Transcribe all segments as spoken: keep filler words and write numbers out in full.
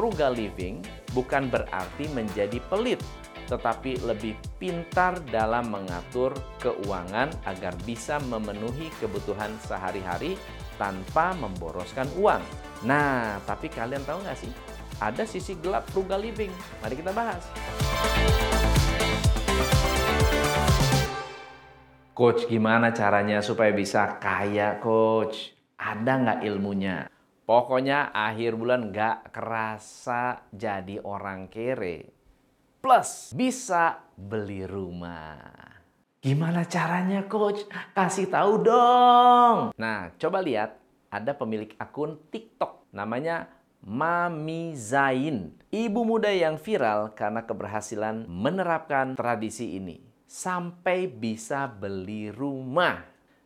frugal living bukan berarti menjadi pelit, tetapi lebih pintar dalam mengatur keuangan agar bisa memenuhi kebutuhan sehari-hari tanpa memboroskan uang. Nah, tapi kalian tahu nggak sih? Ada sisi gelap frugal living. Mari kita bahas. Coach, gimana caranya supaya bisa kaya, Coach? Ada nggak ilmunya? Pokoknya akhir bulan nggak kerasa jadi orang kere. Plus, bisa beli rumah. Gimana caranya, Coach? Kasih tahu dong. Nah, coba lihat. Ada pemilik akun TikTok. Namanya Mami Zain. Ibu muda yang viral karena keberhasilan menerapkan tradisi ini. Sampai bisa beli rumah.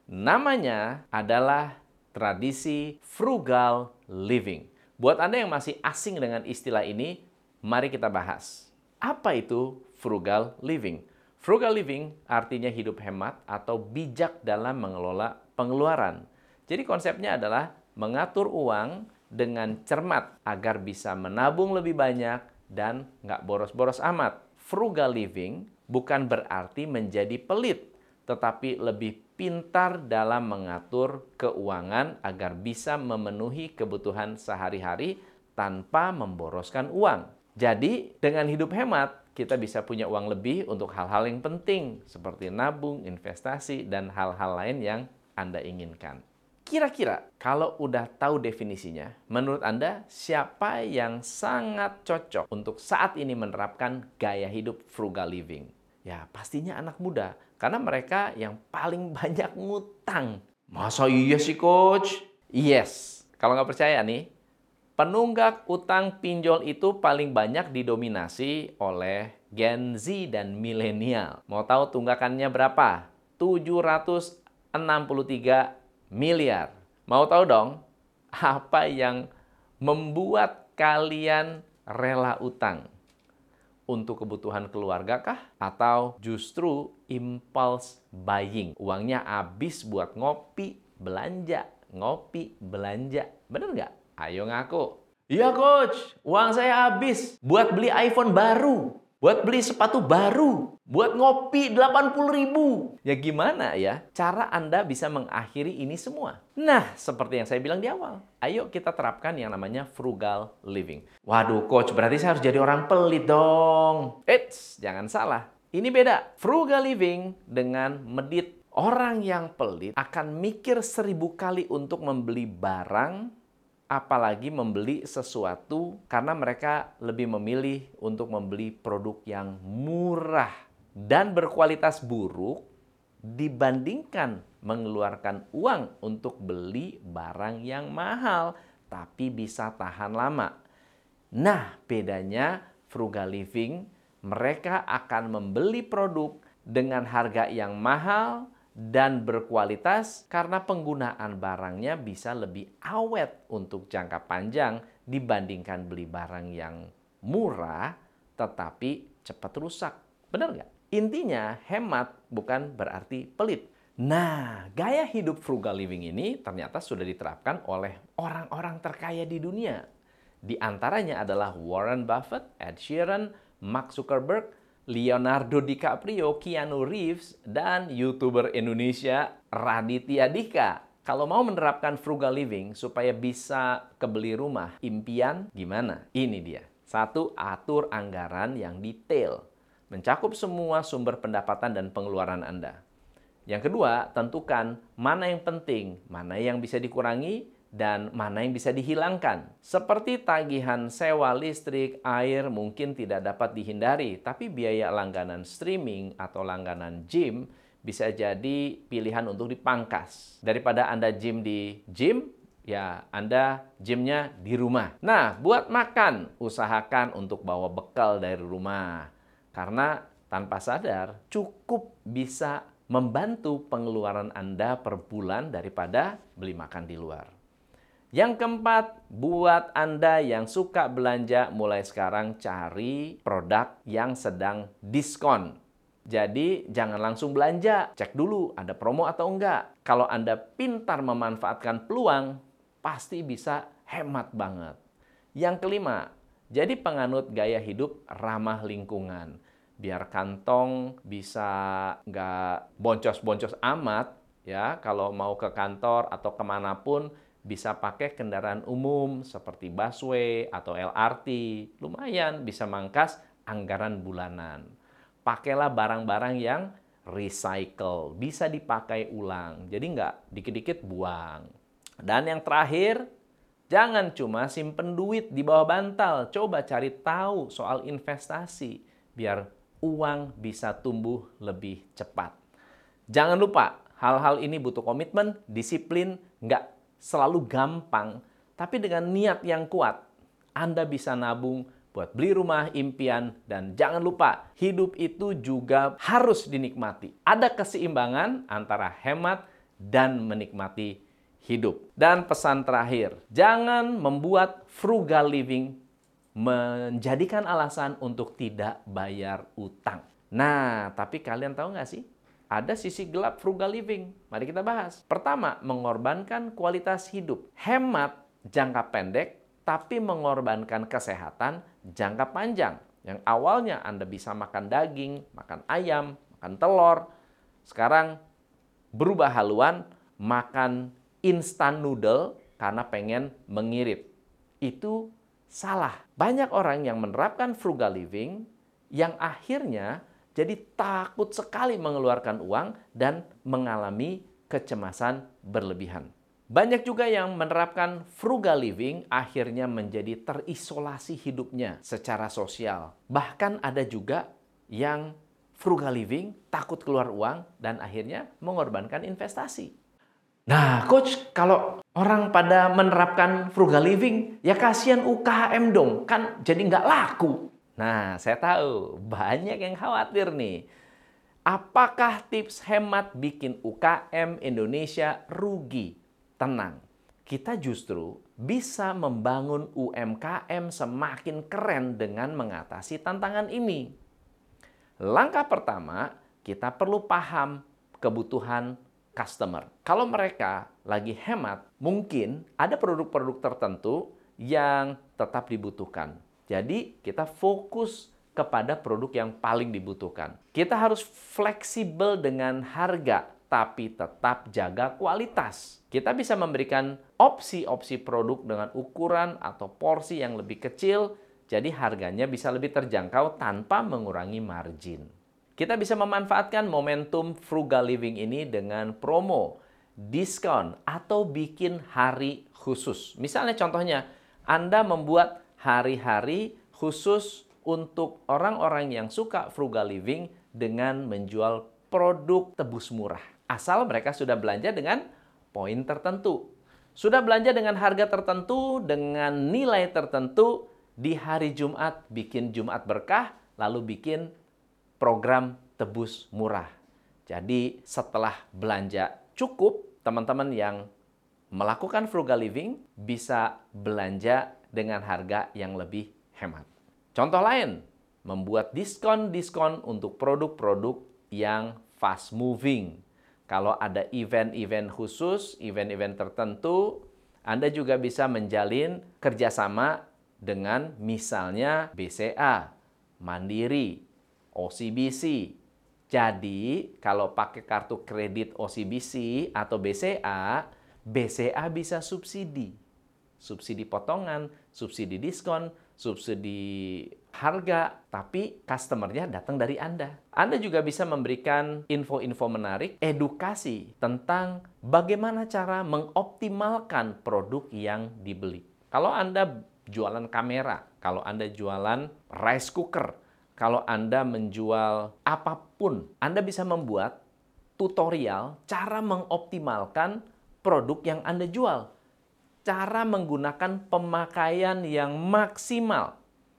Namanya adalah tradisi frugal living. Buat Anda yang masih asing dengan istilah ini, mari kita bahas. Apa itu frugal living? Frugal living artinya hidup hemat atau bijak dalam mengelola pengeluaran. Jadi konsepnya adalah mengatur uang dengan cermat agar bisa menabung lebih banyak dan nggak boros-boros amat. Frugal living bukan berarti menjadi pelit, tetapi lebih pintar dalam mengatur keuangan agar bisa memenuhi kebutuhan sehari-hari tanpa memboroskan uang. Jadi, dengan hidup hemat, kita bisa punya uang lebih untuk hal-hal yang penting, seperti nabung, investasi, dan hal-hal lain yang Anda inginkan. Kira-kira, kalau udah tahu definisinya, menurut Anda, siapa yang sangat cocok untuk saat ini menerapkan gaya hidup frugal living? Ya, pastinya anak muda. Karena mereka yang paling banyak ngutang. Masa iya sih, Coach? Yes. Kalau nggak percaya nih, penunggak utang pinjol itu paling banyak didominasi oleh Gen Z dan milenial. Mau tahu tunggakannya berapa? tujuh ratus enam puluh tiga miliar. Mau tahu dong, apa yang membuat kalian rela utang? Untuk kebutuhan keluarga kah? Atau justru impulse buying? Uangnya habis buat ngopi, belanja, ngopi, belanja. Bener nggak? Ayo ngaku. Iya, Coach, uang saya habis buat beli iPhone baru, buat beli sepatu baru, buat ngopi delapan puluh ribu. Ya gimana ya cara Anda bisa mengakhiri ini semua? Nah, seperti yang saya bilang di awal, ayo kita terapkan yang namanya frugal living. Waduh, Coach, berarti saya harus jadi orang pelit dong. Eits, jangan salah. Ini beda. Frugal living dengan medit. Orang yang pelit akan mikir seribu kali untuk membeli barang, apalagi membeli sesuatu, karena mereka lebih memilih untuk membeli produk yang murah dan berkualitas buruk dibandingkan mengeluarkan uang untuk beli barang yang mahal tapi bisa tahan lama. Nah, bedanya frugal living, mereka akan membeli produk dengan harga yang mahal dan berkualitas karena penggunaan barangnya bisa lebih awet untuk jangka panjang dibandingkan beli barang yang murah tetapi cepat rusak. Benar nggak? Intinya hemat bukan berarti pelit. Nah, gaya hidup frugal living ini ternyata sudah diterapkan oleh orang-orang terkaya di dunia. Di antaranya adalah Warren Buffett, Ed Sheeran, Mark Zuckerberg, Leonardo DiCaprio, Keanu Reeves, dan YouTuber Indonesia Raditya Dika. Kalau mau menerapkan frugal living supaya bisa kebeli rumah impian, gimana? Ini dia. Satu, atur anggaran yang detail. Mencakup semua sumber pendapatan dan pengeluaran Anda. Yang kedua, tentukan mana yang penting, mana yang bisa dikurangi, dan mana yang bisa dihilangkan. Seperti tagihan sewa listrik, air mungkin tidak dapat dihindari, tapi biaya langganan streaming atau langganan gym bisa jadi pilihan untuk dipangkas. Daripada Anda gym di gym, ya Anda gymnya di rumah. Nah, buat makan, usahakan untuk bawa bekal dari rumah. Karena tanpa sadar, cukup bisa membantu pengeluaran Anda per bulan daripada beli makan di luar. Yang keempat, buat Anda yang suka belanja, mulai sekarang cari produk yang sedang diskon. Jadi jangan langsung belanja, cek dulu ada promo atau enggak. Kalau Anda pintar memanfaatkan peluang, pasti bisa hemat banget. Yang kelima, Jadi penganut gaya hidup ramah lingkungan. Biar kantong bisa nggak boncos-boncos amat, ya. Kalau mau ke kantor atau kemanapun, bisa pakai kendaraan umum seperti busway atau L R T. Lumayan bisa mangkas anggaran bulanan. Pakailah barang-barang yang recycle, bisa dipakai ulang. Jadi nggak dikit-dikit buang. Dan yang terakhir, jangan cuma simpen duit di bawah bantal. Coba cari tahu soal investasi, biar uang bisa tumbuh lebih cepat. Jangan lupa, hal-hal ini butuh komitmen, disiplin, nggak selalu gampang. Tapi dengan niat yang kuat, Anda bisa nabung buat beli rumah impian. Dan jangan lupa, hidup itu juga harus dinikmati. Ada keseimbangan antara hemat dan menikmati hidup. Dan pesan terakhir, jangan membuat frugal living menjadikan alasan untuk tidak bayar utang. Nah, tapi kalian tahu nggak sih? Ada sisi gelap frugal living. Mari kita bahas. Pertama, mengorbankan kualitas hidup. Hemat jangka pendek, tapi mengorbankan kesehatan jangka panjang. Yang awalnya Anda bisa makan daging, makan ayam, makan telur. Sekarang berubah haluan, makan instan noodle karena pengen mengirit. Itu salah. Banyak orang yang menerapkan frugal living yang akhirnya jadi takut sekali mengeluarkan uang dan mengalami kecemasan berlebihan. Banyak juga yang menerapkan frugal living akhirnya menjadi terisolasi hidupnya secara sosial. Bahkan ada juga yang frugal living takut keluar uang dan akhirnya mengorbankan investasi. Nah, Coach, kalau orang pada menerapkan frugal living, ya kasihan U K M dong, kan jadi nggak laku. Nah, saya tahu banyak yang khawatir nih. Apakah tips hemat bikin U K M Indonesia rugi? Tenang, kita justru bisa membangun U M K M semakin keren dengan mengatasi tantangan ini. Langkah pertama, kita perlu paham kebutuhan customer. Kalau mereka lagi hemat, mungkin ada produk-produk tertentu yang tetap dibutuhkan. Jadi kita fokus kepada produk yang paling dibutuhkan. Kita harus fleksibel dengan harga, tapi tetap jaga kualitas. Kita bisa memberikan opsi-opsi produk dengan ukuran atau porsi yang lebih kecil, jadi harganya bisa lebih terjangkau tanpa mengurangi margin. Kita bisa memanfaatkan momentum frugal living ini dengan promo, diskon, atau bikin hari khusus. Misalnya contohnya, Anda membuat hari-hari khusus untuk orang-orang yang suka frugal living dengan menjual produk tebus murah. Asal mereka sudah belanja dengan poin tertentu. Sudah belanja dengan harga tertentu, dengan nilai tertentu, di hari Jumat bikin Jumat berkah, lalu bikin program tebus murah. Jadi setelah belanja cukup, teman-teman yang melakukan frugal living bisa belanja dengan harga yang lebih hemat. Contoh lain, membuat diskon-diskon untuk produk-produk yang fast moving. Kalau ada event-event khusus, event-event tertentu, Anda juga bisa menjalin kerjasama dengan misalnya B C A, Mandiri, O C B C. Jadi, kalau pakai kartu kredit O C B C atau B C A, B C A bisa subsidi. Subsidi potongan, subsidi diskon, subsidi harga, tapi customer-nya datang dari Anda. Anda juga bisa memberikan info-info menarik, edukasi tentang bagaimana cara mengoptimalkan produk yang dibeli. Kalau Anda jualan kamera, kalau Anda jualan rice cooker, kalau Anda menjual apapun, Anda bisa membuat tutorial cara mengoptimalkan produk yang Anda jual. Cara menggunakan pemakaian yang maksimal.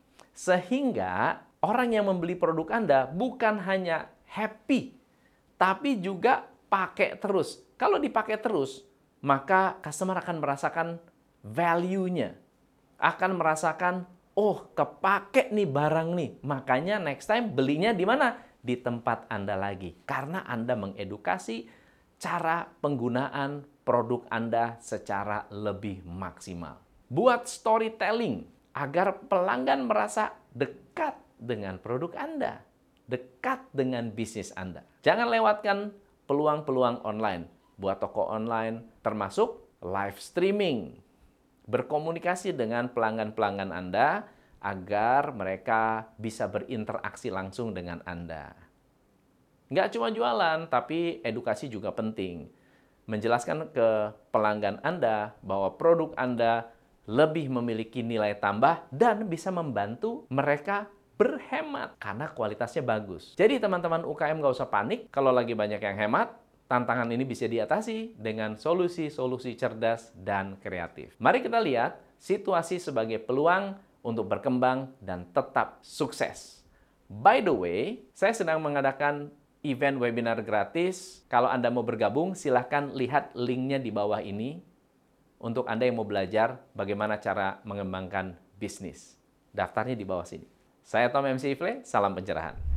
Sehingga orang yang membeli produk Anda bukan hanya happy, tapi juga pakai terus. Kalau dipakai terus, maka customer akan merasakan value-nya. Akan merasakan, oh, kepake nih barang nih. Makanya next time belinya di mana? Di tempat Anda lagi. Karena Anda mengedukasi cara penggunaan produk Anda secara lebih maksimal. Buat storytelling agar pelanggan merasa dekat dengan produk Anda, dekat dengan bisnis Anda. Jangan lewatkan peluang-peluang online. Buat toko online, termasuk live streaming. Berkomunikasi dengan pelanggan-pelanggan Anda agar mereka bisa berinteraksi langsung dengan Anda. Nggak cuma jualan, tapi edukasi juga penting. Menjelaskan ke pelanggan Anda bahwa produk Anda lebih memiliki nilai tambah dan bisa membantu mereka berhemat karena kualitasnya bagus. Jadi teman-teman U K M nggak usah panik kalau lagi banyak yang hemat. Tantangan ini bisa diatasi dengan solusi-solusi cerdas dan kreatif. Mari kita lihat situasi sebagai peluang untuk berkembang dan tetap sukses. By the way, saya sedang mengadakan event webinar gratis. Kalau Anda mau bergabung, silahkan lihat linknya di bawah ini. Untuk Anda yang mau belajar bagaimana cara mengembangkan bisnis. Daftarnya di bawah sini. Saya Tom M C Ifle, salam pencerahan.